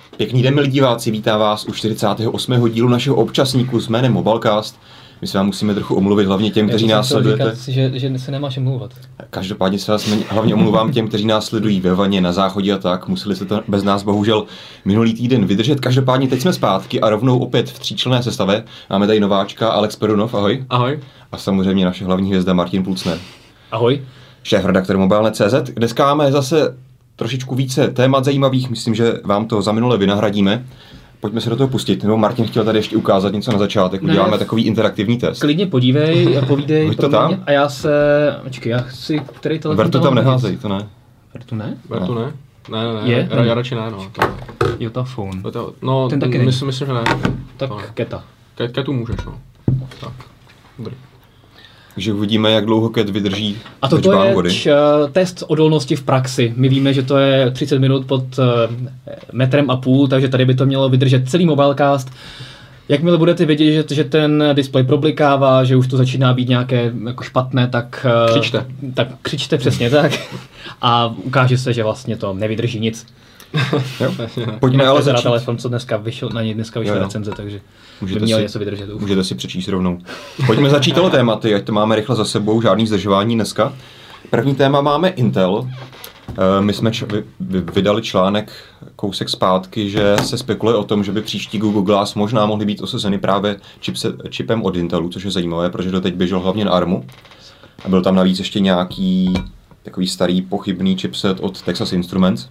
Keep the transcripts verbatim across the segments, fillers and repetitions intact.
Pěkný den, milí diváci, vítá vás u čtyřicátého osmého dílu našeho občasníku s jménem Mobilecast. My se vám musíme trochu omluvit, hlavně těm, kteří nás sledujete. Že, že se nemáš omlouvat. Každopádně se vás hlavně omluvám těm, kteří nás sledují ve vaně, na záchodě a tak. Museli se to bez nás bohužel minulý týden vydržet. Každopádně teď jsme zpátky a rovnou opět v tříčlenné sestavě. Máme tady nováčka Alex Perunov, ahoj. Ahoj. A samozřejmě naše hlavní hvězda Martin Pulcner. Ahoj. Šéfredaktor Mobilnet tečka cé zet. Dneska máme zase trošičku více témat zajímavých, myslím, že vám to za minule vynahradíme. Pojďme se do toho pustit. Nebo Martin chtěl tady ještě ukázat něco na začátek. Uděláme ne, takový interaktivní test. Klidně podívej a povídej. Hoď to tam. A já se... Počkej, já si... Který telefon... Vertu tam neházej, to ne. Vertu ne? Vertu ne? Ne, ne, ne. Je? Já, já radši ne, no. To... Jotafone. No, ten taky myslím, myslím, že ne. Tak to ne. Keta. Ket, ketu můžeš, no. Tak. Dobrý. Takže uvidíme, jak dlouho Ket vydrží. A toto je č, test odolnosti v praxi. My víme, že to je třicet minut pod uh, metrem a půl, takže tady by to mělo vydržet celý Mobilecast. Jakmile budete vědět, že, že ten displej problikává, že už to začíná být nějaké jako špatné, tak uh, křičte. Tak křičte přesně tak. A ukáže se, že vlastně to nevydrží nic. Jo. Pojďme ale začít. Telefon, co dneska vyšel, na něj dneska vyšla recenze, takže můžete by měl si, něco vydržet. Uf. Můžete si přečíst rovnou. Pojďme začít ale tématy, ať to máme rychle za sebou, žádný zdržování dneska. První téma máme Intel. My jsme č- vydali článek kousek zpátky, že se spekuluje o tom, že by příští Google Glass možná mohly být osazeny právě čipse, čipem od Intelu, což je zajímavé, protože doteď běžel hlavně na ARMu. A byl tam navíc ještě nějaký takový starý pochybný chipset od Texas Instruments.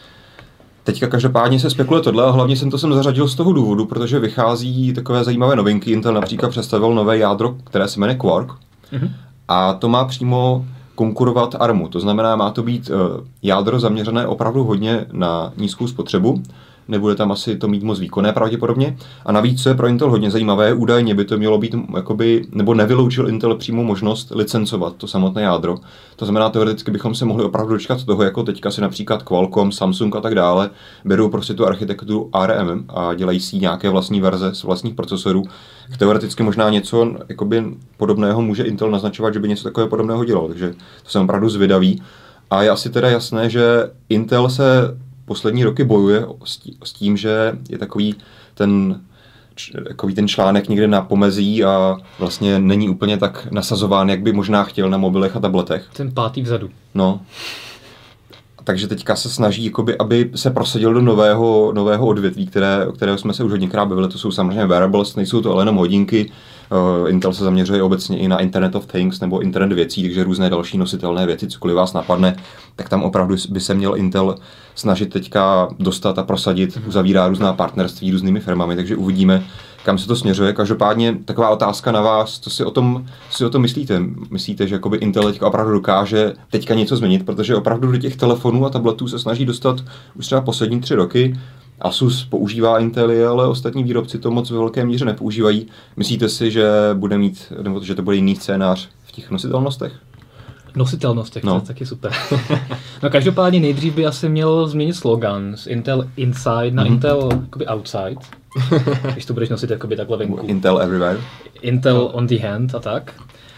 Teďka každopádně se spekuluje tohle a hlavně jsem to sem zařadil z toho důvodu, protože vychází takové zajímavé novinky. Intel například představil nové jádro, které se jmenuje Quark mm-hmm. a to má přímo konkurovat ARMu. To znamená, má to být uh, jádro zaměřené opravdu hodně na nízkou spotřebu. Nebude tam asi to mít moc výkonné pravděpodobně. A navíc, co je pro Intel hodně zajímavé, údajně by to mělo být, jakoby, nebo nevyloučil Intel přímo možnost licencovat to samotné jádro. To znamená, teoreticky bychom se mohli opravdu dočkat toho, jako teďka si například Qualcomm, Samsung a tak dále berou prostě tu architekturu A R M a dělají si nějaké vlastní verze z vlastních procesorů. Teoreticky možná něco jakoby, podobného může Intel naznačovat, že by něco takového podobného dělal. Takže to jsem opravdu zvědavý. A je asi teda jasné, že Intel se poslední roky bojuje s tím, že je takový ten, takový ten článek někde na pomezí a vlastně není úplně tak nasazován, jak by možná chtěl na mobilech a tabletech. Ten pátý vzadu. No. Takže teďka se snaží, jakoby, aby se prosadil do nového, nového odvětví, které, o kterého jsme se už hodněkrát bavili. To jsou samozřejmě wearables, nejsou to ale jenom hodinky. Uh, Intel se zaměřuje obecně i na Internet of Things nebo Internet věcí, takže různé další nositelné věci, cokoliv vás napadne, tak tam opravdu by se měl Intel snažit teďka dostat a prosadit, uzavírá různá partnerství různými firmami, takže uvidíme, kam se to směřuje. Každopádně taková otázka na vás, co si o tom, co si o tom myslíte? Myslíte, že jakoby Intel teďka opravdu dokáže teďka něco změnit, protože opravdu do těch telefonů a tabletů se snaží dostat už třeba poslední tři roky. Asus používá Intely, ale ostatní výrobci to moc ve velké míře nepoužívají. Myslíte si, že bude mít, nebo že to bude jiný scénář v těch nositelnostech? Nositelnostech, no. To je taky super. No každopádně nejdřív by asi měl změnit slogan z Intel Inside na mm-hmm. Intel jakoby Outside. Když to budeš nosit jakoby takhle venku. Intel Everywhere. Intel no. On the hand a tak.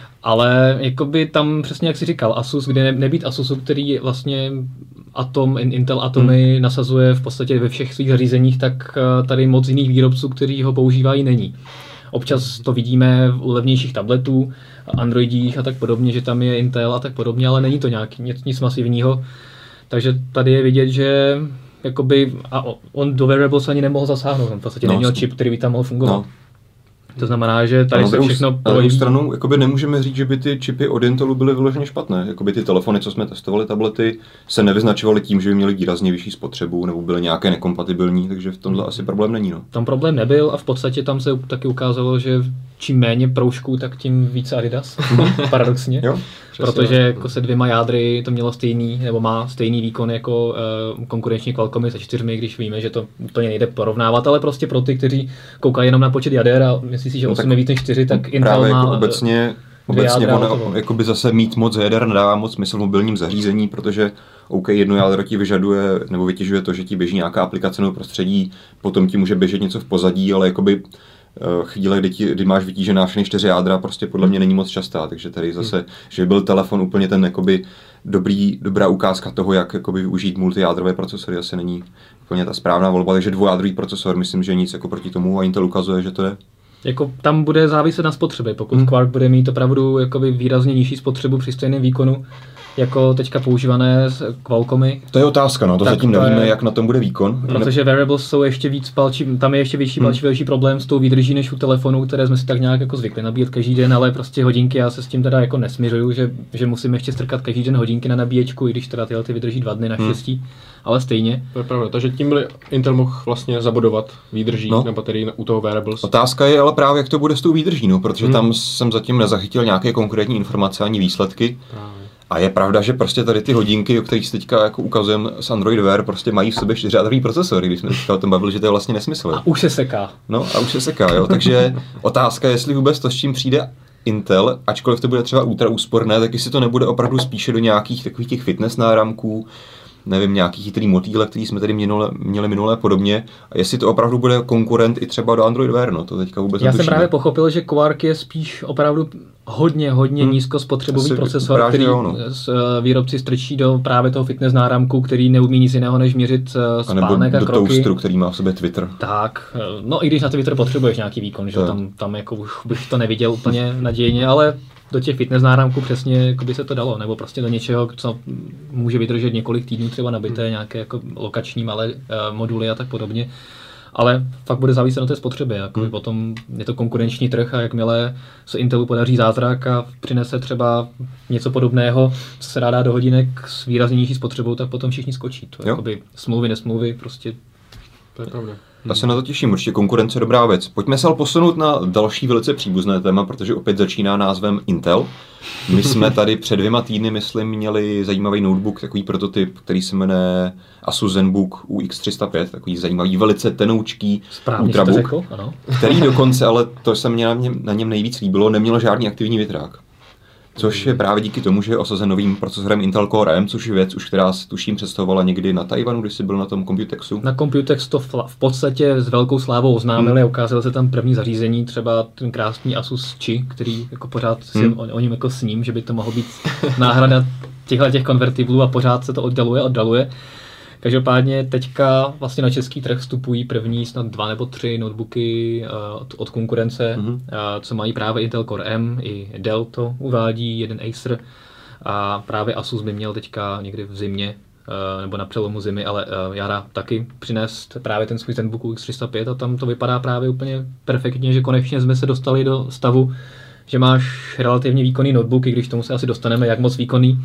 Ale jakoby tam přesně jak jsi říkal, Asus, kde nebýt Asusu, který vlastně Atom, Intel Atomy hmm. nasazuje v podstatě ve všech svých zařízeních, tak tady moc jiných výrobců, kteří ho používají, není. Občas to vidíme v levnějších tabletů, Androidích a tak podobně, že tam je Intel a tak podobně, ale není to nějak nic, nic masivního. Takže tady je vidět, že jakoby, a on do wearables ani nemohl zasáhnout, on v podstatě no, neměl čip, který by tam mohl fungovat. No. To znamená, že tady no, se všechno projeví. Na druhou stranu jakoby nemůžeme říct, že by ty čipy od Intelu byly vyloženě špatné. Jakoby ty telefony, co jsme testovali, tablety, se nevyznačovaly tím, že by měly výrazně vyšší spotřebu nebo byly nějaké nekompatibilní, takže v tomhle asi problém není. No. Tam problém nebyl a v podstatě tam se taky ukázalo, že čím méně proužků, tak tím více Adidas. Paradoxně. Jo? Protože jako se dvěma jádry to mělo stejný, nebo má stejný výkon jako uh, konkurenční Qualcommy se čtyřmi, když víme, že to úplně nejde porovnávat, ale prostě pro ty, kteří koukají jenom na počet jader a myslí si, že no osm je víc než čtyři, tak Intel má jako obecně, obecně ono, jakoby zase mít moc jader nedává moc smysl v mobilním zařízení, protože OK, jedno jádro ti vyžaduje nebo vytěžuje to, že ti běží nějaká aplikace nebo prostředí, potom ti může běžet něco v pozadí, ale jakoby chvíle, kdy, ti, kdy máš vytížená všechny čtyři jádra, prostě podle mě není moc častá, takže tady zase, že byl telefon úplně ten jakoby dobrý, dobrá ukázka toho, jak jakoby využít multijádrové procesory, asi není úplně ta správná volba, takže dvojjádrový procesor, myslím, že nic jako proti tomu a Intel ukazuje, že to je. Jako tam bude záviset na spotřebě, pokud hmm. Quark bude mít opravdu jakoby výrazně nižší spotřebu při stejném výkonu, jako teďka používané s Qualcommy. To je otázka, no, to zatím to nevíme, je, jak na tom bude výkon. Protože wearables jsou ještě víc palčí, tam je ještě větší palčivější hmm. problém s tou výdrží než u telefonů, které jsme si tak nějak jako zvykli nabíjet každý den, ale prostě hodinky, já se s tím teda jako nesmiřuju, že, že musím ještě strkat každý den hodinky na nabíječku, i když teda tyhle ty vydrží dva dny naštěstí, hmm. ale stejně. To je pravda, takže tím byl Intel mohl vlastně zabodovat výdrží no. na baterii u toho wearables. Otázka je ale právě, jak to bude s tou výdrží, no, protože hmm. tam jsem zatím nezachytil nějaké konkrétní informace ani výsledky. Právě. A je pravda, že prostě tady ty hodinky, o kterých si teďka jako ukazujeme z Android Wear, prostě mají v sobě čtyřjádrový procesory, když jsme teďka o tom bavili, že to je vlastně nesmysl. A už se seká. No a už se seká, jo, takže otázka, jestli vůbec to, s čím přijde Intel, ačkoliv to bude třeba ultra úsporné, tak jestli to nebude opravdu spíše do nějakých takových těch fitness náramků, nevím, nějaký chytrý motýle, který jsme tady minule, měli minulé podobně. A jestli to opravdu bude konkurent i třeba do Android Wear, no to teďka vůbec Já netušíme. jsem právě pochopil, že Quark je spíš opravdu hodně, hodně hmm. nízkospotřebový procesor, který jo, no. výrobci strčí do právě toho fitness náramku, který neumí nic jiného, než měřit spánek a, a do kroky. toasteru, který má v sobě Twitter. Tak, no i když na Twitter potřebuješ nějaký výkon, že tam, tam jako už bych to neviděl úplně nadějně, ale do těch fitness náramků přesně jako by se to dalo, nebo prostě do něčeho, co může vydržet několik týdnů třeba nabité, hmm. nějaké jako lokační malé uh, moduly a tak podobně. Ale fakt bude záviset na té spotřebě, jako hmm. potom je to konkurenční trh a jakmile se Intelu podaří zázrak a přinese třeba něco podobného, co se dá do hodinek s výrazně nižší spotřebou, tak potom všichni skočí. To je jakoby smlouvy, nesmlouvy, prostě. To je pravda. Já se na to těším, určitě konkurence je dobrá věc. Pojďme se ale posunout na další velice příbuzné téma, protože opět začíná názvem Intel. My jsme tady před dvěma týdny, myslím, měli zajímavý notebook, takový prototyp, který se jmenuje Asus ZenBook U X tři sta pět, takový zajímavý, velice tenoučký ultrabook, který dokonce, ale to se mě na něm, na něm nejvíc líbilo, neměl žádný aktivní větrák. Což je právě díky tomu, že je osazen novým procesorem Intel Core M, což je věc, už která tuším představovala někdy na Tajvanu, když jsi byl na tom Computexu. Na Computex to v podstatě s velkou slávou oznámili, hmm. ukázalo se tam první zařízení, třeba ten krásný Asus Chi, který jako pořád si hmm. o, o něm jako sním, že by to mohlo být náhrada těchto těch konvertiblů a pořád se to oddaluje, oddaluje. Každopádně teďka vlastně na český trh vstupují první snad dva nebo tři notebooky uh, od, od konkurence, mm-hmm. uh, co mají právě Intel Core M, i Dell to uvádí, jeden Acer a právě Asus by měl teďka někdy v zimě uh, nebo na přelomu zimy, ale uh, jara taky přinést právě ten svůj ZenBook U X tři sta pět a tam to vypadá právě úplně perfektně, že konečně jsme se dostali do stavu, že máš relativně výkonný notebook, i když tomu se asi dostaneme, jak moc výkonný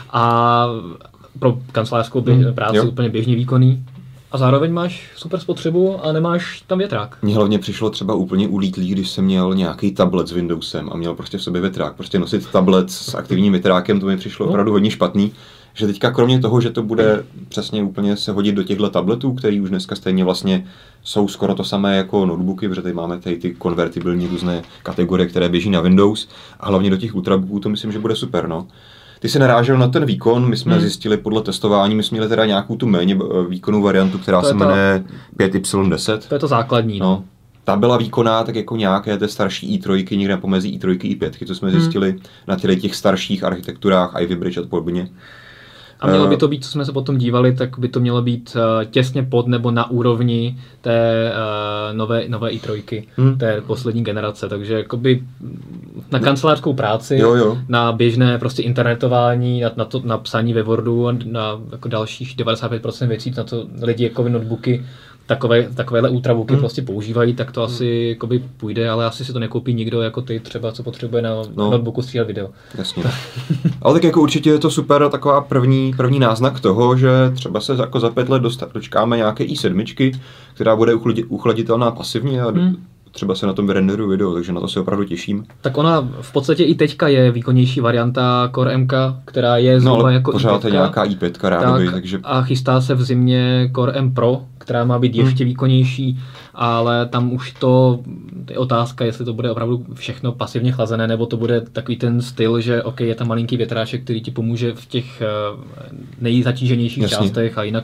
a pro kancelářskou bě- hmm, práci jo. úplně běžně výkonný. A zároveň máš super spotřebu a nemáš tam větrák. Mně hlavně přišlo třeba úplně ulítlý, když jsem měl nějaký tablet s Windowsem a měl prostě v sobě větrák. Prostě nosit tablet s aktivním větrákem, to mi přišlo no. opravdu hodně špatný. Že teďka kromě toho, že to bude přesně úplně se hodit do těchto tabletů, který už dneska stejně vlastně jsou skoro to samé jako notebooky, protože tady máme tady ty konvertibilní různé kategorie, které běží na Windows a hlavně do těch ultrabooků to myslím, že bude super, no. Ty jsi narážel na ten výkon, my jsme hmm. zjistili podle testování, my jsme měli teda nějakou tu méně výkonnou variantu, která se jmenuje pět Y deset. To je to základní. No. Ta byla výkonná tak jako nějaké té starší i tři, někde pomezí i tři, i pět, to jsme hmm. zjistili na těch starších architekturách, Ivy Bridge a podobně. A mělo by to být, co jsme se potom dívali, tak by to mělo být uh, těsně pod nebo na úrovni té uh, nové, nové i tři, hmm. té poslední generace, takže jakoby na kancelářskou práci, jo, jo. na běžné prostě internetování, na, na, to, na psaní ve Wordu a na jako dalších devadesát pět procent věcí, na to lidi jako notebooky, takové, takovéhle ultrabooky hmm. prostě používají, tak to hmm. asi jakoby půjde, ale asi si to nekoupí nikdo jako ty třeba, co potřebuje na no. notebooku stříhat video. Jasně. Ale tak jako určitě je to super taková první, první náznak toho, že třeba se jako za pět let dostat, dočkáme nějaké i sedm, která bude uchladitelná pasivně a hmm. třeba se na tom vyrenderuju video, takže na to se opravdu těším. Tak ona v podstatě i teďka je výkonnější varianta Core M, která je zhruba no, jako pořád je nějaká i pět rádoby, tak, takže... A chystá se v zimě Core M Pro, která má být ještě hmm. výkonnější, ale tam už to je otázka, jestli to bude opravdu všechno pasivně chlazené, nebo to bude takový ten styl, že ok, je tam malinký větráček, který ti pomůže v těch nejzatíženějších Jasně. částech a jinak v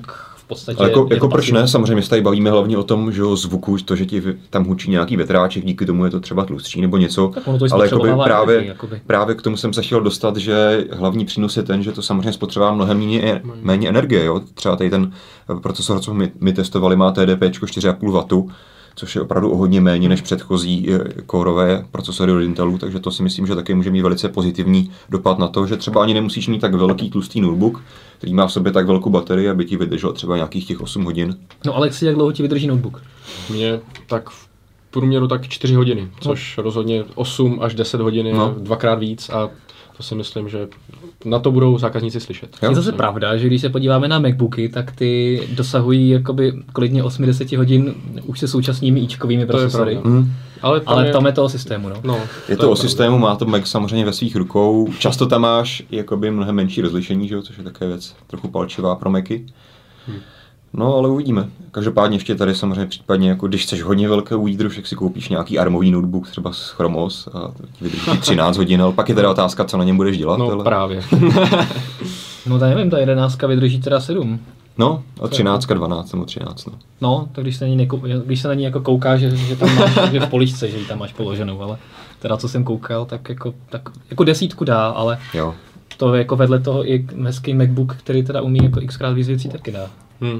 podstatě... Ale jako, jako proč pasivní. ne? Samozřejmě se tady bavíme hlavně o tom, že o zvuku, to, že ti tam hučí nějaký větráček, díky tomu je to třeba tlustší nebo něco. Ale jakoby právě, energii, jakoby. právě k tomu jsem se chtěl dostat, že hlavní přínos je ten, že to samozřejmě spotřebuje mnohem méně, méně energie. Jo? Třeba tady ten procesor, co my, my testovali, má T D P čtyři a půl watu, což je opravdu o hodně méně než předchozí kórové procesory od Intelu, takže to si myslím, že taky může mít velice pozitivní dopad na to, že třeba ani nemusíš mít tak velký tlustý notebook, který má v sobě tak velkou baterii, aby ti vydržel třeba nějakých těch osm hodin. No Alexi, jak dlouho ti vydrží notebook? Mně tak v průměru tak čtyři hodiny, což no. rozhodně osm až deset hodin je no. dvakrát víc a to si myslím, že na to budou zákazníci slyšet. Je zase pravda, že když se podíváme na MacBooky, tak ty dosahují jakoby klidně osm deset hodin už se současnými ičkovými procesory. Mm. Ale tam, Ale je... tam je to o systému, no. no je to, to je o systému, má to Mac samozřejmě ve svých rukou. Často tam máš jakoby mnohem menší rozlišení, že? Což je také věc trochu palčivá pro Macy. Hmm. No, ale uvidíme. Každopádně ještě tady samozřejmě případně, jako když chceš hodně velké výdrž, tak si koupíš nějaký armový notebook, třeba z Chromos a vydrží třináct hodin, ale pak je teda otázka, co na něm budeš dělat. No ale... právě. No tak nevím, ta jedenáctka vydrží teda sedm. No, a třináct, dvanáct nebo třináct, no. No, tak když se na ní, nekou, když se na ní jako kouká, že, že tam máš že v poličce, že ji tam máš položenou, ale teda co jsem koukal, tak jako, tak jako desítku dá, ale jo. To je jako vedle toho i hezký MacBook, který teda umí jako xkrát víc věcí, taky dá. Hmm.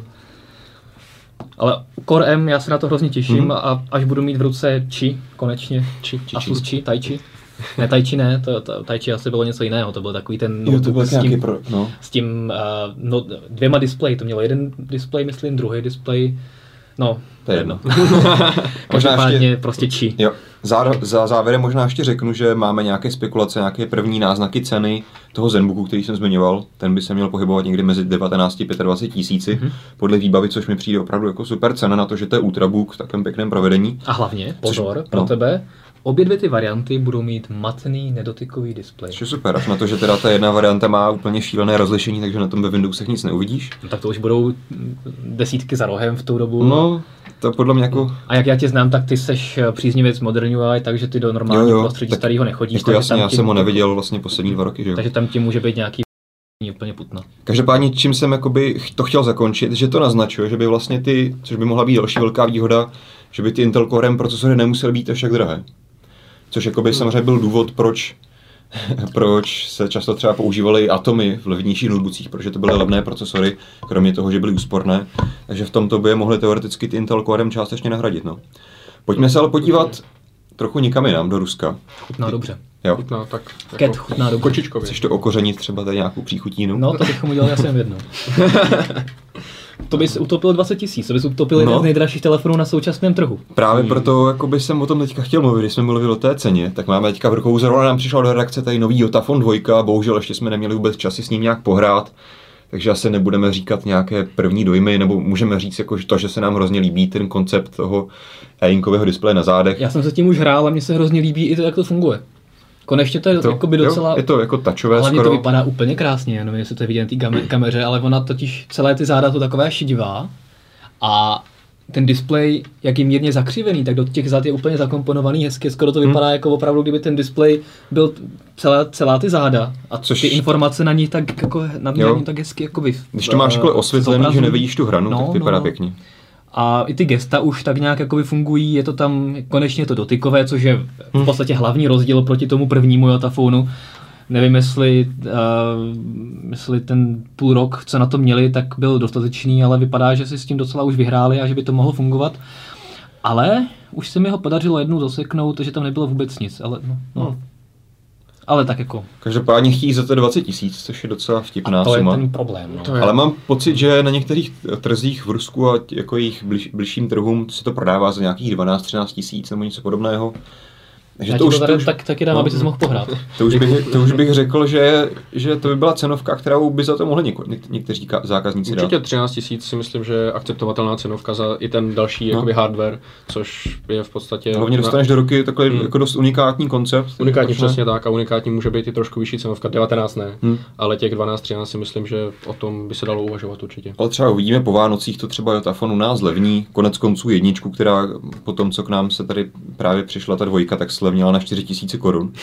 Ale Core M, já se na to hrozně těším hmm. a až budu mít v ruce Qi, konečně, Qi, Qi, Asus Qi, Tai Qi. Ne, Tai Qi ne, to, to, Tai Qi asi bylo něco jiného, to byl takový ten notebook s tím, pro, no. s tím uh, no, dvěma displeji, to mělo jeden displej, myslím, druhý displej, no, to je jedno. Každopádně ještě, prostě Qi. Jo. Za, za závěrem možná ještě řeknu, že máme nějaké spekulace, nějaké první náznaky ceny toho Zenbooku, který jsem zmiňoval. Ten by se měl pohybovat někdy mezi devatenáct až dvacet pět tisíci mm-hmm. podle výbavy, což mi přijde opravdu jako super cena na to, že to je Ultrabook v takovém pěkném provedení. A hlavně, pozor, což, pro no. tebe, obě dvě ty varianty budou mít matný nedotykový displej. Což je super, až na to, že teda ta jedna varianta má úplně šílené rozlišení, takže na tom ve Windowsech nic neuvidíš. No, tak to už budou desítky za rohem v tou dobu. No, to podle mě jako... A jak já tě znám, tak ty seš příznivec moderní U I, takže ty do normálního prostředí starého nechodíš. Jako jasně, já jsem ho neviděl vlastně poslední dva roky, že jo. Takže tam ti může být nějaký úplně putna. Každopádně, čím jsem jakoby to chtěl zakončit, že to naznačuje, že by vlastně ty, což by mohla být další velká výhoda, že by ty Intel Core M procesory nemusely být až tak drahé. Což jakoby hmm. samozřejmě byl důvod, proč, proč se často třeba používaly Atomy v levnějších notebookích, protože to byly levné procesory, kromě toho, že byly úsporné. Takže v tomto by je mohly teoreticky ty Intel Core M částečně nahradit. No. Pojďme se ale podívat trochu nikam jinam, do Ruska. Chutná dobře. Jo. Chutná tak Ket jako chutná dobře. Kočičkově. Chceš to okořenit třeba tady nějakou příchutínu? No, to bychom udělali asi jen jednou. To bys utopil dvacet tisíc, to bys utopil jeden no. z nejdražších telefonů na současném trhu. Právě hmm. proto jakoby jsem o tom teďka chtěl mluvit, když jsme mluvili o té ceně, tak máme teďka v rukou, zrovna nám přišla do redakce tady nový Yotaphone dva, bohužel ještě jsme neměli vůbec čas si s ním nějak pohrát, takže asi nebudeme říkat nějaké první dojmy, nebo můžeme říct jako to, že se nám hrozně líbí ten koncept toho e-inkového displeje na zádech. Já jsem se tím už hrál a mně se hrozně líbí i to, jak to funguje. Konečně to je to, jakoby docela... Jo, je to jako tačové ale skoro. Ale to vypadá úplně krásně, nevím, jestli to je vidět na té kameře, ale ona totiž celé ty záda jsou takové šedivá a ten displej, jak je mírně zakřivený, tak do těch zad je úplně zakomponovaný hezky, skoro to vypadá hmm. jako opravdu, kdyby ten displej byl celá, celá ty záda a Což... ty informace na ní tak jako na ní tak hezky jako vy. Když to máš takhle osvětlený, že nevidíš tu hranu, no, tak vypadá no, no. pěkně. A i ty gesta už tak nějak jakoby fungují, je to tam konečně to dotykové, což je v podstatě hlavní rozdíl proti tomu prvnímu Yotaphoneu. Nevím, jestli, uh, jestli ten půl rok, co na to měli, tak byl dostatečný, ale vypadá, že si s tím docela už vyhráli a že by to mohlo fungovat. Ale už se mi ho podařilo jednou zaseknout, že tam nebylo vůbec nic, ale no. no. Ale tak jako. Každopádně chtějí za to dvacet tisíc, což je docela vtipná suma. To suma. je ten problém. No. Ale mám pocit, že na některých trzích v Rusku a jako jejich bliž, bližším trhům se to prodává za nějakých dvanáct třináct tisíc nebo něco podobného. Takže já to už, to, to už, tak, taky dám, no, aby si mohl pohrát. To už bych, to už bych řekl, že, že to by byla cenovka, kterou by za to mohli něko, něk, někteří zákazníci dát. Určitě třináct tisíc si myslím, že je akceptovatelná cenovka za i ten další no. jakoby hardware, což je v podstatě... Hlavně dostaneš do ruky takový hmm. jako dost unikátní koncept. Unikátní přesně tak a unikátní může být i trošku vyšší cenovka, devatenáct ne, hmm. ale těch dvanáct třináct si myslím, že o tom by se dalo uvažovat určitě. Ale třeba uvidíme po Vánocích, to třeba Yotaphone u nás levní, konec konců jedničku, která po tom, co k nám se tady právě přišla ta dvojka, tak slevnila na čtyři tisíce korun.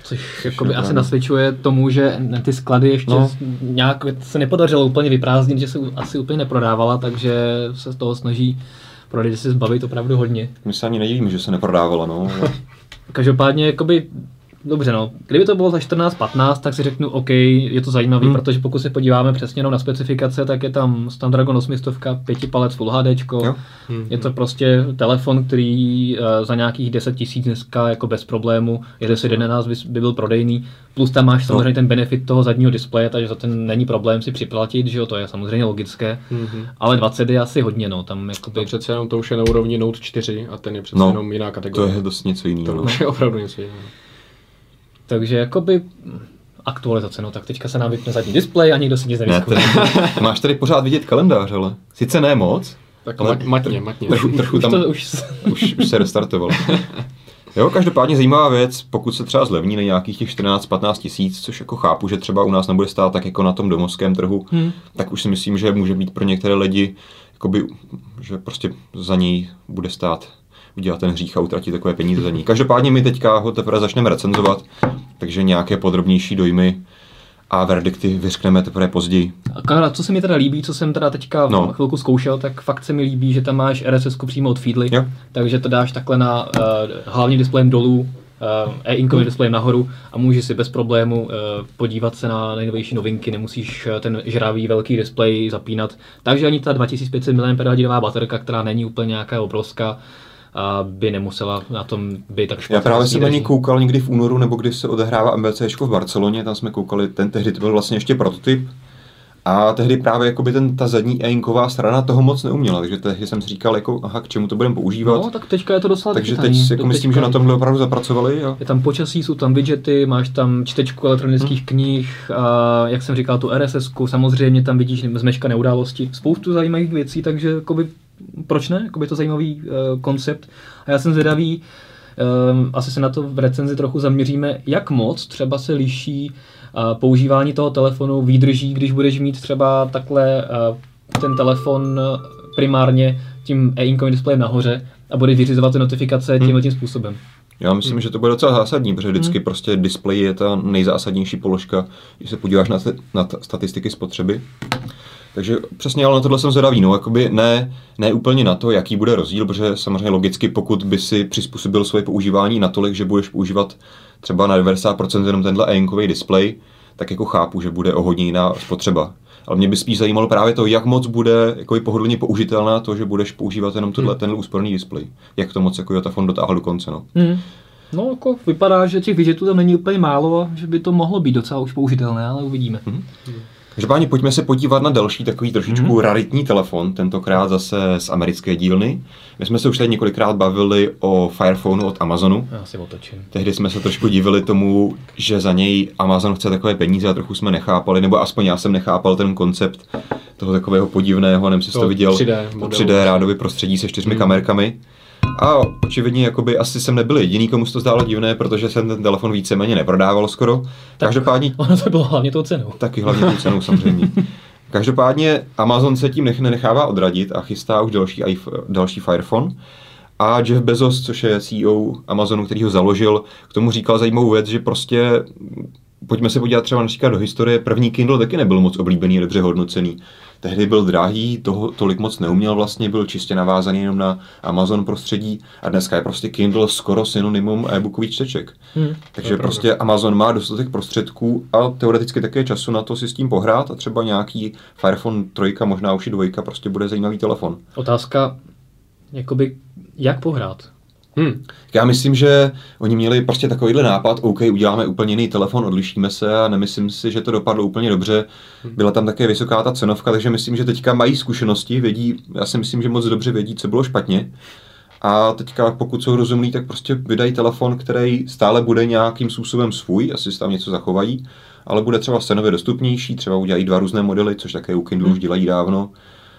Což jakoby asi nasvědčuje tomu, že ty sklady ještě no. nějak se nepodařilo úplně vyprázdnit, že se asi úplně neprodávala, takže se z toho snaží prodejci si zbavit opravdu hodně. My se ani nedivíme, že se neprodávala, no. Každopádně, jakoby, dobře no, kdyby to bylo za čtrnáct patnáct, tak si řeknu, OK, je to zajímavý, hmm. protože pokud se podíváme přesně na specifikace, tak je tam Snapdragon osm set, pětipalec Full HDčko, hmm. je to prostě telefon, který uh, za nějakých deset tisíc dneska jako bez problému, jede si den na nás by, by byl prodejný, plus tam máš samozřejmě no. ten benefit toho zadního displeje, takže za ten není problém si připlatit, že jo, to je samozřejmě logické, hmm. ale dvacet je asi hodně, no, tam jakoby... To přece jenom to už je na úrovni Note čtyři a ten je přece no, jenom jiná kategorie. To je dost něco jiného. To už je opravdu něco jiného. Takže jakoby aktualizace, no tak teďka se nám vypne zadní displej a nikdo si nic nevyzkouší. Ne, máš tady pořád vidět kalendář, ale sice ne moc, tak ale matně, matně. Trochu, trochu tam, už, to, už... už, už se restartovalo. Jo, každopádně zajímavá věc, pokud se třeba zlevní na nějakých těch čtrnáct patnáct tisíc, což jako chápu, že třeba u nás nebude stát tak jako na tom domovském trhu, hmm. tak už si myslím, že může být pro některé lidi, jakoby, že prostě za něj bude stát udělat ten hřích a utratit takové peníze za ní. Každopádně my teďka ho teprve začneme recenzovat, takže nějaké podrobnější dojmy a verdikty vyřkneme teprve později. A co se mi teda líbí, co jsem teda teďka no. chvilku zkoušel, tak fakt se mi líbí, že tam máš R S S ku přímo od Feedly, jo. takže to dáš takhle na uh, hlavním displejem dolů, uh, e-inkovým displejem nahoru a můžeš si bez problému uh, podívat se na nejnovější novinky, nemusíš uh, ten žravý velký displej zapínat. Takže ani ta dva tisíce pět set miliampérhodinová baterka, která není úplně nějaká obrovská, a by nemusela na tom být tak špatně. Já právě jsem na ní koukal někdy v únoru, nebo když se odehrává M B C v Barceloně, tam jsme koukali, ten tehdy to byl vlastně ještě prototyp a tehdy právě jakoby ten, ta zadní e-inková strana toho moc neuměla, takže tehdy jsem si říkal, jako, aha, k čemu to budeme používat. No, tak teďka je to docela takže teď jako myslím, že na tomhle opravdu zapracovali. Jo. Je tam počasí, jsou tam widgety, máš tam čtečku elektronických hmm. knih, a jak jsem říkal, tu R S S ku, samozřejmě tam vidíš zmeškané události, spoustu zajímavých věcí, takže jakoby proč ne? Jakoby to zajímavý uh, koncept. A já jsem zvědavý, um, asi se na to v recenzi trochu zaměříme, jak moc třeba se liší uh, používání toho telefonu, výdrží, když budeš mít třeba takhle uh, ten telefon primárně tím e-inkovým displejem nahoře a budeš vyřizovat ty notifikace tímhle tím způsobem. Já myslím, hmm. že to bude docela zásadní, protože vždycky hmm. prostě displej je ta nejzásadnější položka, když se podíváš na, na statistiky spotřeby. Takže přesně, ale na tohle jsem zvědavý, no, jakoby ne, ne úplně na to, jaký bude rozdíl, protože samozřejmě logicky, pokud by si přizpůsobil svoje používání natolik, že budeš používat třeba na devadesát procent jenom tenhle e-inkový displej, tak jako chápu, že bude o hodně jiná spotřeba. Ale mě by spíš zajímalo právě to, jak moc bude jako pohodlně použitelná to, že budeš používat jenom tohle, hmm. tenhle úsporný displej. Jak to moc jako Jotafone dotáhl do konce, no. Hmm. No, jako vypadá, že těch widgetů tam není úplně málo a že by to mohlo být docela už použitelné, ale uvidíme. Hmm. Hmm. Každopádně pojďme se podívat na další takový trošičku mm-hmm. raritní telefon, tentokrát zase z americké dílny. My jsme se už tady několikrát bavili o Fire Phoneu od Amazonu. Já si otočím. Tehdy jsme se trošku divili tomu, že za něj Amazon chce takové peníze a trochu jsme nechápali, nebo aspoň já jsem nechápal ten koncept toho takového podivného, nevím, jestli jsi to viděl, tři dé, to tři dé rádový prostředí se čtyřmi mm. kamerkami. A očividně jakoby asi jsem nebyl jediný, komu se to zdálo divné, protože jsem ten telefon víceméně neprodával skoro. Tak, Každopádně... Ono to bylo hlavně tou cenou. Taky hlavně tou cenou samozřejmě. Každopádně Amazon se tím nech nenechává odradit a chystá už další, další Fire Phone. A Jeff Bezos, což je C E O Amazonu, který ho založil, k tomu říkal zajímavou věc, že prostě pojďme se podívat třeba například do historie, první Kindle taky nebyl moc oblíbený a dobře hodnocený. Tehdy byl drahý, toho tolik moc neuměl vlastně, byl čistě navázaný jenom na Amazon prostředí a dneska je prostě Kindle skoro synonymum e-bookových čteček. Hmm. Takže prostě Amazon má dostatek prostředků a teoreticky také času na to si s tím pohrát a třeba nějaký Fire Phone tři, možná už i dvojka, prostě bude zajímavý telefon. Otázka, jakoby, jak pohrát? Hmm. Já myslím, že oni měli prostě takovýhle nápad, OK, uděláme úplně jiný telefon, odlišíme se a nemyslím si, že to dopadlo úplně dobře. Byla tam také vysoká ta cenovka, takže myslím, že teďka mají zkušenosti, vědí, já si myslím, že moc dobře vědí, co bylo špatně. A teďka, pokud jsou rozumní, tak prostě vydají telefon, který stále bude nějakým způsobem svůj, asi si tam něco zachovají, ale bude třeba cenově dostupnější, třeba udělají dva různé modely, což také u Kindle hmm. už dělají dávno.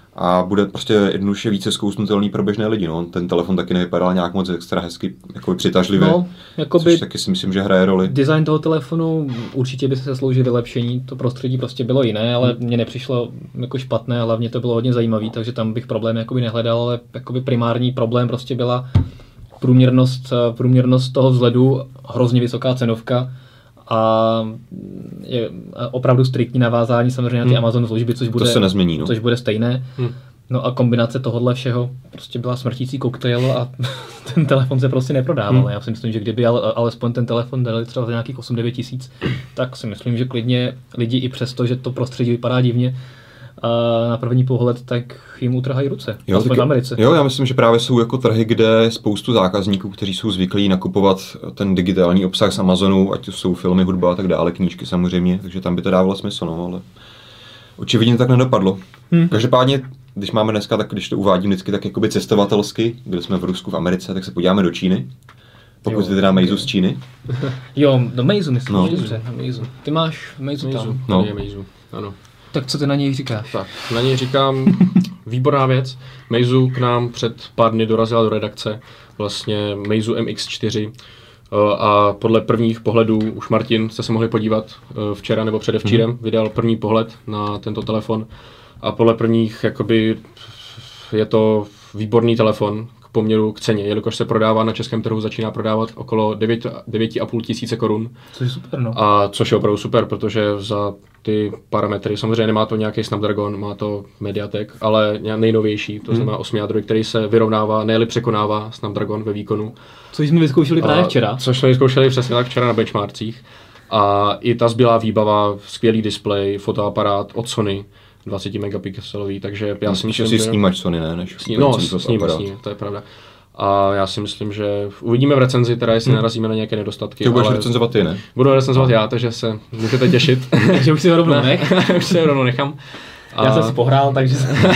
A bude prostě jednoduše více zkousnutelný pro běžné lidi. No. Ten telefon taky nevypadal nějak moc extra hezky, jako přitažlivě, no, jakoby což taky si myslím, že hraje roli. Design toho telefonu určitě by se zasloužil vylepšení, to prostředí prostě bylo jiné, ale mně nepřišlo jako špatné, hlavně to bylo hodně zajímavé, takže tam bych problém jakoby nehledal, ale jakoby primární problém prostě byla průměrnost, průměrnost toho vzhledu, hrozně vysoká cenovka a je opravdu striktní navázání samozřejmě na ty hmm. Amazon služby, což bude, to se nezmění, no. což bude stejné. Hmm. No a kombinace tohohle všeho prostě byla smrtící koktejl a ten telefon se prostě neprodával. Hmm. Já si myslím, že kdyby ale, alespoň ten telefon dali třeba za nějakých osm devět tisíc, tak si myslím, že klidně lidi i přesto, že to prostředí vypadá divně, a na první pohled, tak jim utrhají ruce. Jo, v Americe. Jo, já myslím, že právě jsou jako trhy, kde je spoustu zákazníků, kteří jsou zvyklí nakupovat ten digitální obsah z Amazonu, ať to jsou filmy, hudba a tak dále, knížky samozřejmě, takže tam by to dávalo smysl, no, ale očividně tak nedopadlo. Hmm. Každopádně, když máme dneska, tak když to uvádím vždycky tak jakoby cestovatelsky, byli jsme v Rusku, v Americe, tak se podíváme do Číny. Pokud ty teda Meizu z Číny. Jo, do Meizu myslím, no. Dobře, na Meizu. Ty máš Meizu, Meizu tam. No. Je Meizu, ano. Tak co ty na něj říkáš? Tak, na něj říkám výborná věc. Meizu k nám před pár dny dorazila do redakce, vlastně Meizu M X čtyři. A podle prvních pohledů, už Martin jste se mohli podívat včera nebo předevčírem, mm-hmm. vydal první pohled na tento telefon. A podle prvních, jakoby, je to výborný telefon k poměru k ceně, jelikož se prodává na českém trhu, začíná prodávat okolo devět a půl tisíce korun. Což je super, no. A což je opravdu super, protože za ty parametry, samozřejmě nemá to nějaký Snapdragon, má to Mediatek, ale nejnovější, to znamená osmijádrový, který se vyrovnává, ne-li překonává Snapdragon ve výkonu. Což jsme vyzkoušeli právě včera. Což jsme vyzkoušeli přesně tak včera na benchmarkcích. A i ta zbylá výbava, skvělý displej, fotoaparát od Sony, dvacet megapixelový, takže já si myslím, že... si snímač Sony, ne? Než no, sníme, sníme, to je pravda. A já si myslím, že uvidíme v recenzi, teda jestli hmm. narazíme na nějaké nedostatky. Ty budeš ale... recenzovat ty, ne? Budu recenzovat no. já, takže se můžete těšit. Takže už si ho rovnou nech. Už si ho rovnou nechám. A... Já jsem si pohrál, takže...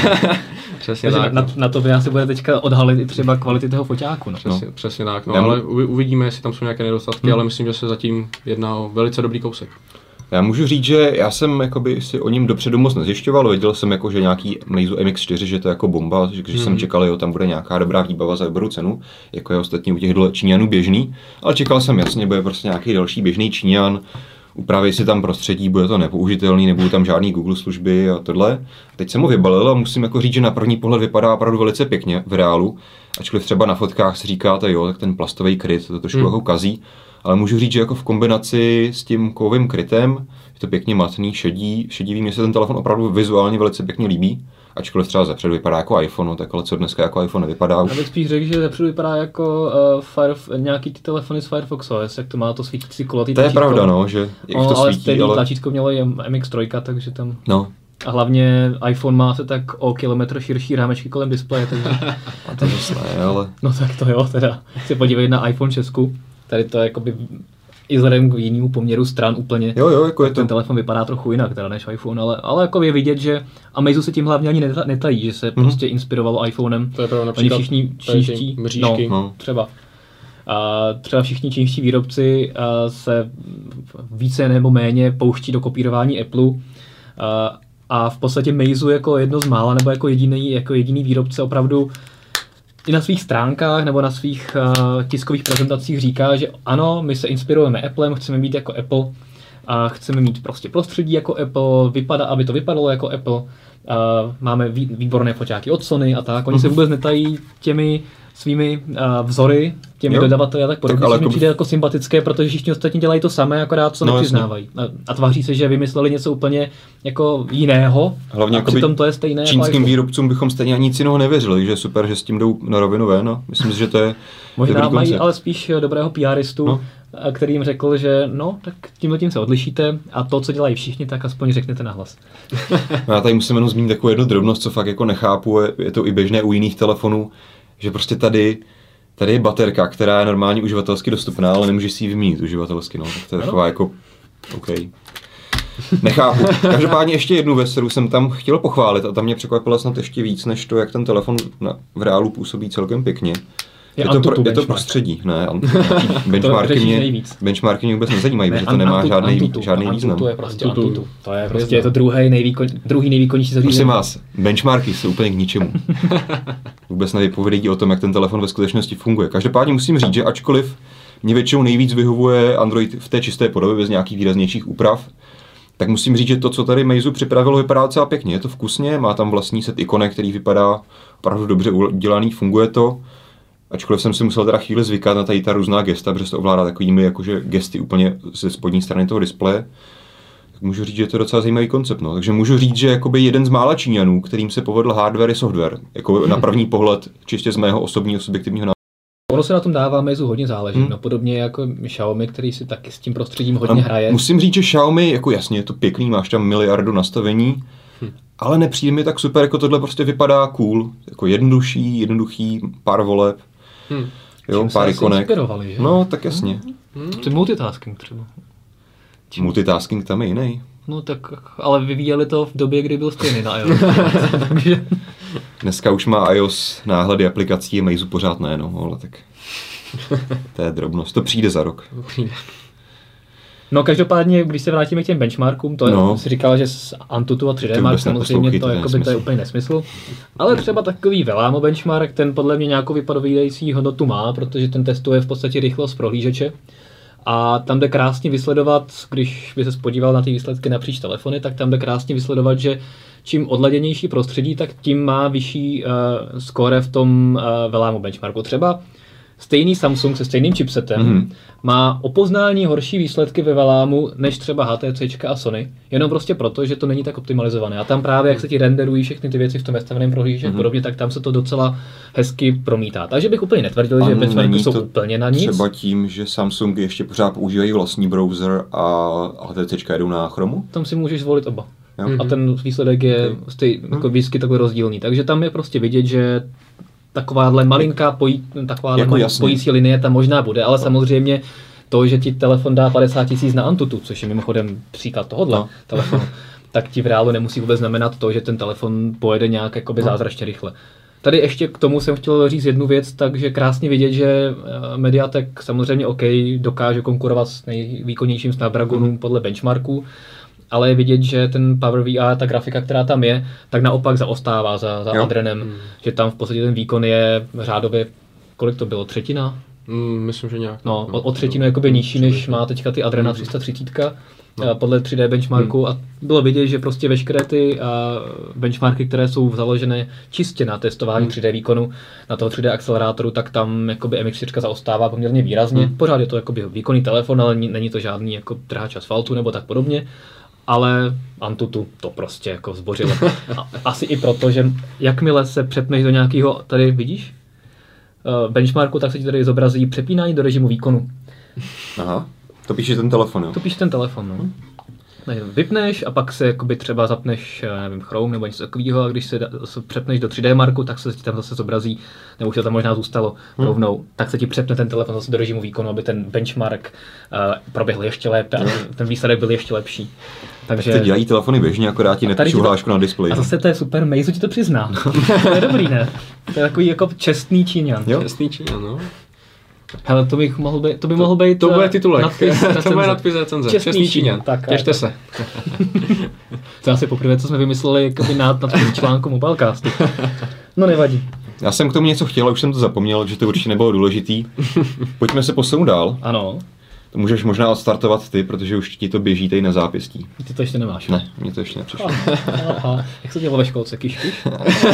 Přesně takže tak. Na, na to by asi bude teďka odhalit i třeba kvality toho foťáku. No. Přesně, no. přesně tak, no, ale uvidíme, jestli tam jsou nějaké nedostatky, hmm. ale myslím, že se zatím jedná o velice dobrý kousek. Já můžu říct, že já jsem jakoby si o ním dopředu moc nezjišťoval, věděl jsem jako, že nějaký Meizu M X čtyři, že to je jako bomba, že, že mm. jsem čekal, jo, tam bude nějaká dobrá výbava za dobrou cenu, jako je ostatně u těch Číňanů běžný, ale čekal jsem jasně, bude prostě nějaký další běžný Číňan, upraví si tam prostředí, bude to nepoužitelný, nebudou tam žádný Google služby a tohle. Teď jsem ho vybalil a musím jako říct, že na první pohled vypadá opravdu velice pěkně v reálu, ačkoliv třeba na fotkách si říkáte, jo, tak ten plastový kryt to trošku mm. jako kazí. Ale můžu říct, že jako v kombinaci s tím kovovým krytem je to pěkně matný, šedí, šedivý, mně se ten telefon opravdu vizuálně velice pěkně líbí. Ačkoliv třeba zepředu vypadá jako iPhone, no, tak ale co dneska jako iPhone nevypadá už. Já bych spíš řekl, že zepředu vypadá jako uh, Fire, nějaký ty telefony z Firefox O S, jak to má to svítící kulatý to tlačítko. To je pravda, no, že jak no, to ale svítí, ale... tlačítko mělo i M X tři, takže tam... No. A hlavně iPhone má se tak o kilometr širší rámečky kolem displeje, takže... A to zase ne, ale... No tak to jo, teda. Se podívej na iPhone šest. Tady to je jakoby... I vzhledem k jinému poměru stran úplně, jo, jo, jako je to... ten telefon vypadá trochu jinak teda než iPhone, ale, ale jako je vidět, že a Meizu se tím hlavně ani netají, že se mm-hmm. prostě inspirovalo iPhonem. To je pravda, například oni všichni čínští, no, no, třeba. A třeba všichni čínští výrobci se více nebo méně pouští do kopírování Apple a, a v podstatě Meizu jako jedno z mála nebo jako jediný, jako jediný výrobce opravdu i na svých stránkách nebo na svých uh, tiskových prezentacích říká, že ano, my se inspirujeme Applem, chceme být jako Apple a chceme mít prostě prostředí jako Apple, vypadá, aby to vypadalo jako Apple, uh, máme vý, výborné foťáky od Sony a tak. Oni se vůbec netají těmi svými uh, vzory, těmi jo. dodavateli a tak podobně. Tak, ale mi přijde jako sympatické, protože všichni ostatní dělají to samé, akorát co no, nepřiznávají. A, a tváří se, že vymysleli něco úplně jako jiného. Hlavně a přitom to je stejné. Čínským jako výrobcům bychom stejně ani nic jiného nevěřili, takže je super, že s tím jdou na rovinu ven. No. Myslím si, že to je možná dobrý mají koncept. Ale spíš dobrého PRistu, no. který jim řekl, že no, tak tímhle tím se odlišíte a to, co dělají všichni, tak aspoň řekněte nahlas. Já tady musím jenom zmínit takovou jednu drobnost, co fakt jako nechápu, je, je to i běžné u jiných telefonů, že prostě tady, tady je baterka, která je normálně uživatelsky dostupná, ale nemůžeš si ji vyměnit uživatelsky, no, tak to je ano. Taková jako, OK. Nechápu. Každopádně ještě jednu věc, kterou jsem tam chtěl pochválit a tam mě překvapila snad ještě víc, než to, jak ten telefon na, v reálu působí celkem pěkně. Je, je, to, pro, je to prostředí, ne, benchmarky mě, benchmarky mě vůbec nezajímají, ne, protože to nemá žádný, Antutu, žádný Antutu význam. Je prostě Antutu. To je prostě je to druhý nejvýkon, druhý nejvýkonnější zařízení. Prosím vás, benchmarky jsou úplně k ničemu. Vůbec nevypovědí o tom, jak ten telefon ve skutečnosti funguje. Každopádně musím říct, že ačkoliv mě většinou nejvíc vyhovuje Android v té čisté podobě bez nějakých výraznějších úprav, tak musím říct, že to, co tady Meizu připravilo, vypadá docela pěkně. Je to vkusně, má tam vlastní set ikonek, který vypadá opravdu dobře udělaný, funguje to. Ačkoliv jsem si musel teda chvíli zvykat na tady ta různá gesta, protože to ovládá takovými jakože gesty úplně ze spodní strany toho displeje, tak můžu říct, že to je docela zajímavý koncept. No. Takže můžu říct, že jakoby jeden z mála Číňanů, kterým se povedl hardware i software, jako na první pohled, čistě z mého osobního subjektivního názoru. Ono se na tom dává Meizu hodně záleží, hmm. no podobně jako Xiaomi, který si taky s tím prostředím hodně A hraje. Musím říct, že Xiaomi, jako jasně, je to pěkný, máš tam miliardu nastavení, hmm. ale nepřijde mi tak super, jako tohle prostě vypadá cool, jako jednodušší, jednoduchý, pár voleb, hmm. jo, pár ikonek. No, tak jasně. Hmm. To je multitasking třeba. Čím? Multitasking tam je jiný. No tak, ale vyvíjeli to v době, kdy byl stejný na iOS. Takže... Dneska už má iOS náhledy aplikací, Meizu pořád ne, no, ale tak to je drobnost, to přijde za rok. No každopádně, když se vrátíme k těm benchmarkům, to no. je, si říkal, že s Antutu a tři dé Mark samozřejmě to, jakoby, to je úplně nesmysl. Ale třeba takový Velamo benchmark, ten podle mě nějakou vypovídající hodnotu má, protože ten testuje v podstatě rychlost prohlížeče. A tam jde krásně vysledovat, když by se podíval na ty výsledky napříč telefony, tak tam jde krásně vysledovat, že čím odladěnější prostředí, tak tím má vyšší uh, skóre v tom uh, Velamo benchmarku. Třeba stejný Samsung se stejným chipsetem mm-hmm. má o poznání horší výsledky ve Velamu než třeba H T C a Sony, jenom prostě proto, že to není tak optimalizované. A tam právě, jak se ti renderují všechny ty věci v tom vestaveném prohlížeči mm-hmm. podobně, tak tam se to docela hezky promítá. Takže bych úplně netvrdil, a že benchmarky jsou úplně na nic. Třeba tím, že Samsung ještě pořád používají vlastní browser a H T C jedou na Chromu? Tam si můžeš zvolit oba. Jo. A ten výsledek je okay. stej, jako vždycky takhle rozdílný. Takže tam je prostě vidět, že takováhle malinká pojí, takováhle jako malin, pojící linie tam možná bude, ale no. samozřejmě to, že ti telefon dá padesát tisíc na Antutu, což je mimochodem příklad tohohle no. telefonu, tak ti v reálu nemusí vůbec znamenat to, že ten telefon pojede nějak jakoby no. zázračně rychle. Tady ještě k tomu jsem chtěl říct jednu věc, takže krásně vidět, že Mediatek samozřejmě OK, dokáže konkurovat s nejvýkonnějším Snapdragonům mm. podle benchmarku, ale je vidět, že ten Power V R, ta grafika, která tam je, tak naopak zaostává za, za Adrenem, mm. že tam v podstatě ten výkon je řádově, kolik to bylo, třetina? Mm, myslím, že nějak. No, o, o třetinu jakoby nižší, než má teďka ty Adrena tři sta třicet no. podle tři dé benchmarku mm. a bylo vidět, že prostě veškeré ty uh, benchmarky, které jsou založené čistě na testování mm. tři dé výkonu, na toho tři dé akcelerátoru, tak tam jakoby M X čtyři zaostává poměrně výrazně. Mm. Pořád je to jakoby výkonný telefon, ale není to žádný jako trhač asfaltu nebo tak podobně. Ale Antutu to prostě jako zbořilo. Asi i proto, že jakmile se přepneš do nějakého, tady vidíš, benchmarku, tak se ti tady zobrazí přepínání do režimu výkonu. Aha, to píše ten telefon, jo? To píše ten telefon, no. Vypneš a pak se jakoby třeba zapneš, nevím, Chrome nebo něco takového a když se, da, se přepneš do tři dé Marku, tak se ti tam zase zobrazí, nebo už to tam možná zůstalo hmm. rovnou, tak se ti přepne ten telefon zase do režimu výkonu, aby ten benchmark uh, proběhl ještě lépe a ten výsledek byl ještě lepší. Takže tak to dělají telefony běžně, akorát ti nepíšu hlášku na displeji. A zase to je super, Meizu ti to přizná. To je dobrý, ne? To je takový jako čestný Číňan. Jo? Čestný Číňan, no. Hele, to, bych mohl být, to by mohl být... To bude titulek, nadpis to bude nadpis recenze. Čestný, Čestný Číňan, těšte se. To je asi poprvé, co jsme vymysleli jakoby nad, nadpis článku Mobilecastu. No nevadí. Já jsem k tomu něco chtěl, už jsem to zapomněl, že to určitě nebylo důležitý. Pojďme se posunout dál. Ano. To můžeš možná odstartovat ty, protože už ti to běží tady na zápěstí. Ty to ještě nemáš. Ne, mě to ještě nepřišlo. Aha, jak se dělo ve školce, kyškyš?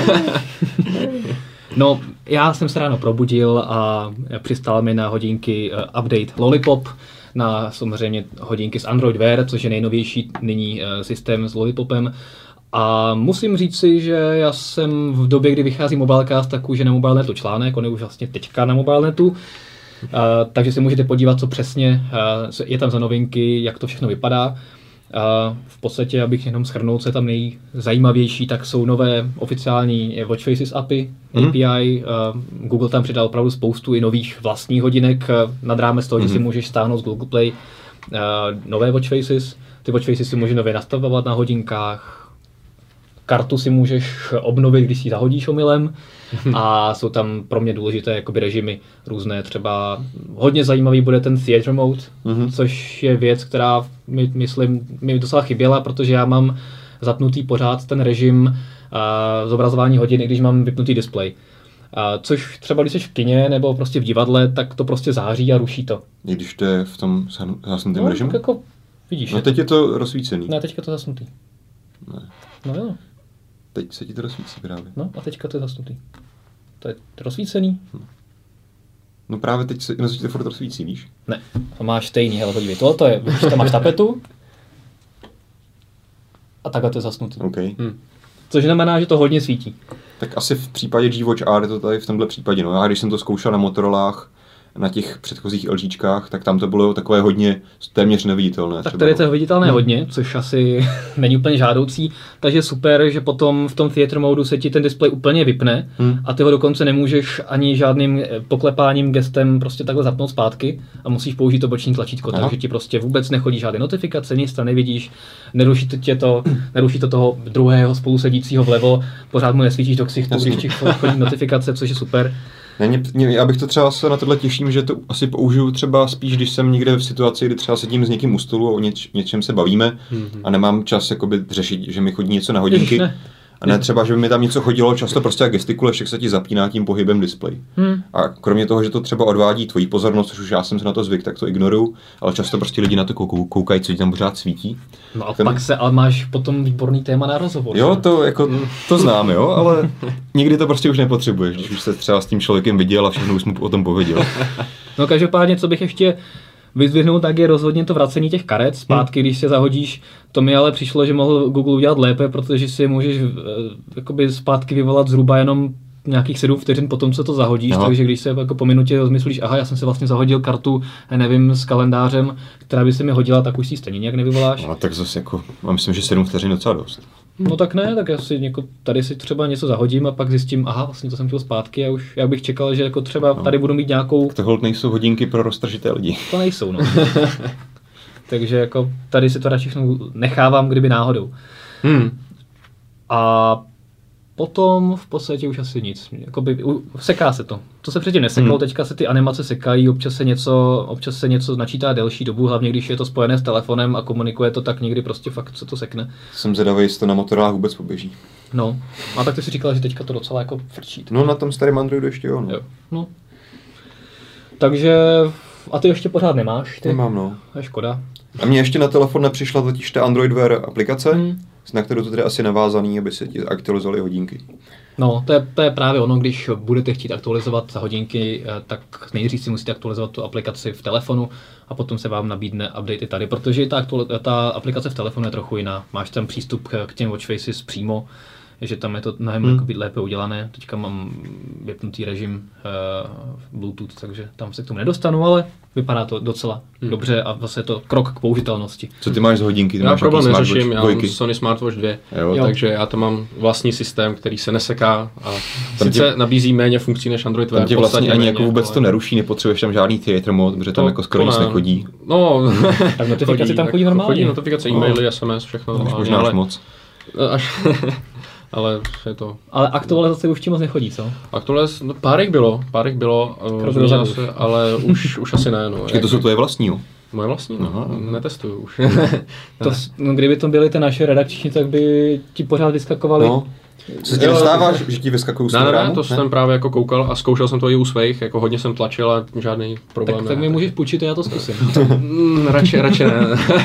No, já jsem se ráno probudil a přistal mi na hodinky uh, update Lollipop, na samozřejmě hodinky s Android Wear, což je nejnovější nyní uh, systém s Lollipopem. A musím říct si, že já jsem v době, kdy vychází Mobilecast, tak už je na Mobilenetu článek, on je už vlastně teďka na Mobilenetu. Uh, takže se můžete podívat, co přesně uh, je tam za novinky, jak to všechno vypadá. Uh, v podstatě, abych jenom shrnul, co je tam nejzajímavější, tak jsou nové oficiální Watch Faces A P I, mm. A P I. Uh, Google tam přidal opravdu spoustu i nových vlastních hodinek, uh, nad rámec toho, mm. že si můžeš stáhnout z Google Play uh, nové Watch Faces. Ty Watch Faces si můžeš nově nastavovat na hodinkách. Kartu si můžeš obnovit, když si ji zahodíš omylem. A jsou tam pro mě důležité jakoby režimy různé. Třeba hodně zajímavý bude ten Theater Mode, mm-hmm. což je věc, která mi, myslím, mi docela chyběla, protože já mám zapnutý pořád ten režim uh, zobrazování hodin, i když mám vypnutý displej. Uh, což třeba když jsi v kině nebo prostě v divadle, tak to prostě září a ruší to. I když to je v tom zasnutém no, režimu? Jako, vidíš. No teď je to rozsvícený. Ne, teďka to zasnutý. Ne. No jo. Teď se ti to rozsvící právě. No a teďka to je zasnutý. To je rozsvícený. Hm. No právě teď se to furt rozsvící, víš? Ne, to máš stejný, hele, podívej, tohle je, víš, tam máš tapetu a takhle to je zasnutý. Okay. Hmm. Což znamená, že to hodně svítí. Tak asi v případě G-Watch R je to tady v tomhle případě, no já když jsem to zkoušel na Motorolách, na těch předchozích LGčkách, tak tam to bylo takové hodně téměř neviditelné. Tak třeba, tady je to no. viditelné hmm. hodně, což asi není úplně žádoucí, takže super, že potom v tom theater modu se ti ten displej úplně vypne hmm. a ty ho dokonce nemůžeš ani žádným poklepáním, gestem prostě takhle zapnout zpátky a musíš použít to boční tlačítko, Aha. takže ti prostě vůbec nechodí žádné notifikace, nic tam nevidíš, neruší to tě to, neruší to toho druhého spolusedícího vlevo, pořád mu nesvítíš do ksichtu, když ti chodí notifikace, což je super. Ne, mě, já bych to třeba se na tohle těším, že to asi použiju třeba spíš, když jsem někde v situaci, kdy třeba sedím s někým u stolu a o něč, něčem se bavíme mm-hmm. a nemám čas jakoby řešit, že mi chodí něco na hodinky. Ne. A ne třeba, že by mi tam něco chodilo, často prostě jak gestikule, však se ti zapíná tím pohybem display. Hmm. A kromě toho, že to třeba odvádí tvoji pozornost, což už já jsem se na to zvyk, tak to ignoruju, ale často prostě lidi na to kou, koukají, co ti tam pořád svítí. No a Ten... pak se, ale máš potom výborný téma na rozhovor. Jo, to jako, to znám, jo, ale někdy to prostě už nepotřebuješ, když už se třeba s tím člověkem viděl a všechno už mu o tom pověděl. No každopádně, co bych ještě vyzdvihnout, tak je rozhodně to vracení těch karet zpátky, hmm. když se zahodíš. To mi ale přišlo, že mohl Google udělat lépe, protože si můžeš jakoby zpátky vyvolat zhruba jenom nějakých sedm vteřin po tom, co to zahodíš, Aha. takže když se jako po minutě rozmyslíš, aha, já jsem si vlastně zahodil kartu, nevím, s kalendářem, která by se mi hodila, tak už si stejně nějak nevyvoláš. No tak zase jako, já myslím, že sedm vteřin docela dost. No tak ne, tak já si něko, tady si třeba něco zahodím a pak zjistím, aha, vlastně to jsem chtěl zpátky a už já bych čekal, že jako třeba no. tady budu mít nějakou... Tak to holt nejsou hodinky pro roztržité lidi. To nejsou, no. Takže jako tady si to radši nechávám, kdyby náhodou. Hmm. A potom v podstatě už asi nic. Jakoby, seká se to. To se předtím neseklo, hmm. teďka se ty animace sekají, občas se něco, občas se něco načítá delší dobu, hlavně když je to spojené s telefonem a komunikuje to, tak někdy prostě fakt se to sekne. Jsem zvědavý, jestli to na Motorolách vůbec poběží. No, a tak ty si říkal, že teďka to docela jako frčí. No na tom starém Androidu ještě jo, no. jo. No. Takže, a ty ještě pořád nemáš? Ty? Nemám, no. Je škoda. A mně ještě na telefon nepřišla totiž ta Android Wear aplikace, hmm. na kterou to tedy asi navázaný, aby se ti aktualizovaly hodinky. No, to je, to je právě ono, když budete chtít aktualizovat hodinky, tak nejdřív si musíte aktualizovat tu aplikaci v telefonu a potom se vám nabídne update i tady, protože ta, ta aplikace v telefonu je trochu jiná. Máš tam přístup k těm watch faces přímo, že tam je to mnohem hmm. lépe udělané. Teďka mám vypnutý režim uh, Bluetooth, takže tam se k tomu nedostanu, ale vypadá to docela hmm. dobře a zase je to krok k použitelnosti. Co ty máš z hodinky? Ty já máš problém neřeším, já mám Sony Smartwatch dva, jo, jo. takže já tam mám vlastní systém, který se neseká a sice tě, nabízí méně funkcí než Android Wear. Tam tě vlastně ani jako vůbec ale... to neruší, nepotřebuješ tam žádný theater mode, protože tam to, jako skoro nic ne. nechodí. No, tak notifikace chodí, tam chodí normálně. Chodí notifikace, e-maily, S M S, všechno. No, možná ale... moc. Až... Ale je to... Ale aktualizace už ti moc nechodí, co? Aktualizace, no, párek bylo, párek bylo, uh, se, ale už, už asi ne. No. Počkej, to jsou tvoje vlastní, jo? Moje vlastní, no. Netestuju už. to, no, kdyby to byly ty naše redakční, tak by ti pořád vyskakovaly. No. Co se ti dostává, že ti vyskakují z ne, ne, ne, to ne? jsem právě jako koukal a zkoušel jsem to i u svých, jako hodně jsem tlačil a žádný problém. Tak, tak mi můžeš půjčit a já to zkusím. radši, radši ne.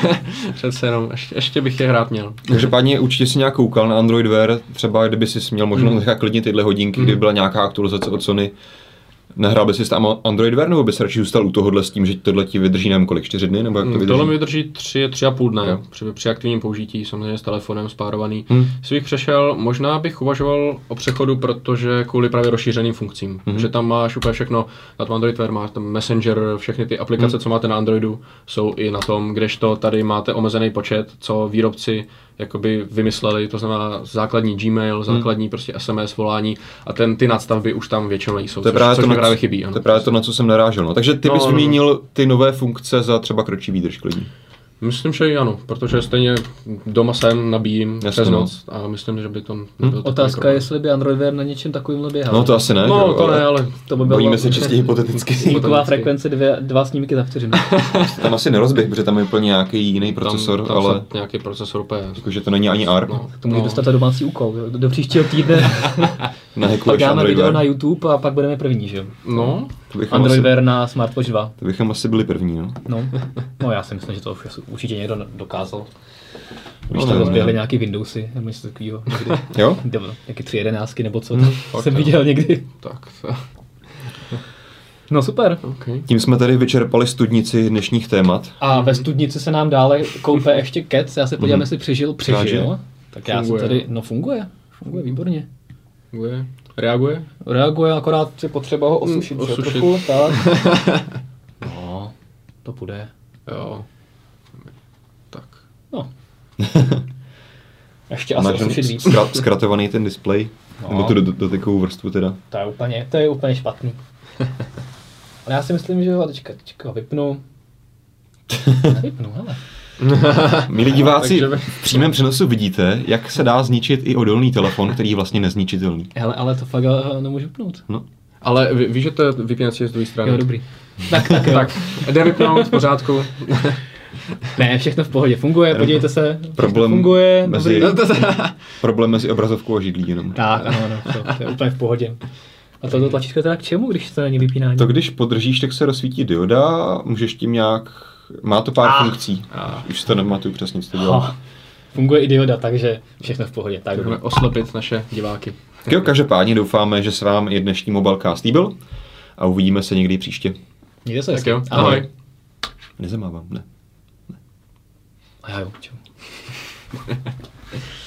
Přece jenom, ještě, ještě bych je hrát měl. Takže páni, určitě si nějak koukal na Android Wear, třeba kdyby si měl možnost mm. nechat klidně tyhle hodinky, mm. kdyby byla nějaká aktualizace od Sony. Nehrál by si tam Android Wear, nebo bys radši zůstal u tohohle s tím, že tohle ti vydrží nevím kolik, čtyři dny, nebo jak to vydrží? Tohle mi vydrží tři, tři a půl dne, při, při aktivním použití, samozřejmě s telefonem spárovaný. Hmm. Když bych přešel, možná bych uvažoval o přechodu, protože kvůli právě rozšířeným funkcím, hmm. že tam máš úplně všechno, na tom Android Wear máš tam Messenger, všechny ty aplikace, hmm. co máte na Androidu, jsou i na tom, kdežto tady máte omezený počet, co výrobci jakoby vymysleli, to znamená základní Gmail, základní hmm. prostě S M S, volání a ten, ty nadstavby už tam většinou nejsou, to je právě, což, to, což na, právě chybí. Ano. To je právě to, na co jsem narážel. No. Takže ty bys no, vyměnil ty nové funkce za třeba kratší výdrž klidně. Myslím, že i ano, protože stejně doma jsem, nabíjím přes noc a myslím, že by to nebyl hmm. Otázka je, jestli by Android Wear na něčem takovým běhal. No to asi ne. No to ne, ale to by bylo... Bojíme se čistě hypoteticky. Snímková frekvence dvě, dva snímky za vteřinu. Tam asi nerozběh, protože tam je úplně nějaký jiný procesor, tam, tam ale... nějaký procesor úplně... Jakože to není ani A R P. No, to můžeš no. dostat domácí úkol. Do, do příštího týdne pak dáme video na YouTube a pak budeme první, že jo? No. Android Wear na Smartwatch dva. To bychom asi byli první, no. No, no já si myslím, že to už určitě někdo dokázal. Když no, tam rozběhly nějaký Windowsy, nebo něco takového. Jo? Nějaké tři jedenáctky nebo co, hmm, jsem viděl někdy. Tak. No super. Okay. Tím jsme tady vyčerpali studnici dnešních témat. A ve studnici se nám dále koupe ještě kec. Já se podívám, Mhm. jestli přežil. Přežil. Přežil. Tak já Funguje. jsem tady, no funguje. Funguje výborně. Funguje? Reaguje? Reaguje, akorát je potřeba ho osušit, Mm, že? osušit. Trochu, tak. No, to půjde. Jo. Tak. No. Ještě asi Máš osušit víc. zkra- zkratovaný ten displej, No. nebo tu do- dotykovou vrstvu teda. To je úplně, to je úplně špatný. Ale já si myslím, že ho, teďka, teďka ho vypnu. Nevypnu, hele. Milí diváci, Takže- v přímém přenosu vidíte, jak se dá zničit i odolný telefon, který je vlastně nezničitelný. Hele, ale to fakt uh, nemůžu vypnout. No. Ale ví, víš, že to je vypínací z druhé strany? Jo, dobrý. Tak, tak, jo. Tak, jde vypnout, v pořádku. Ne, všechno v pohodě, funguje, podívejte se. Problém funguje, mezi- dobrý. Problém mezi obrazovkou a židlí jenom. Tak, ano, ano, to, to je úplně v pohodě. A toto tlačítko je teda k čemu, když to není vypínání? To když podržíš, tak se rozsvítí dioda, můžeš tím nějak... Má to pár Ah. funkcí. Ah. Už to nematuju přesně, co to dělá. Ha, funguje i dioda, takže všechno v pohodě. Tak, Budeme oslepit naše diváky. Tak jo, každopádně doufáme, že se vám i dnešní Mobilecast líbil a uvidíme se někdy příště. Mějte se Tak hezky. jo, Ahoj. ahoj. Nezamávám, ne. A já jo, čau.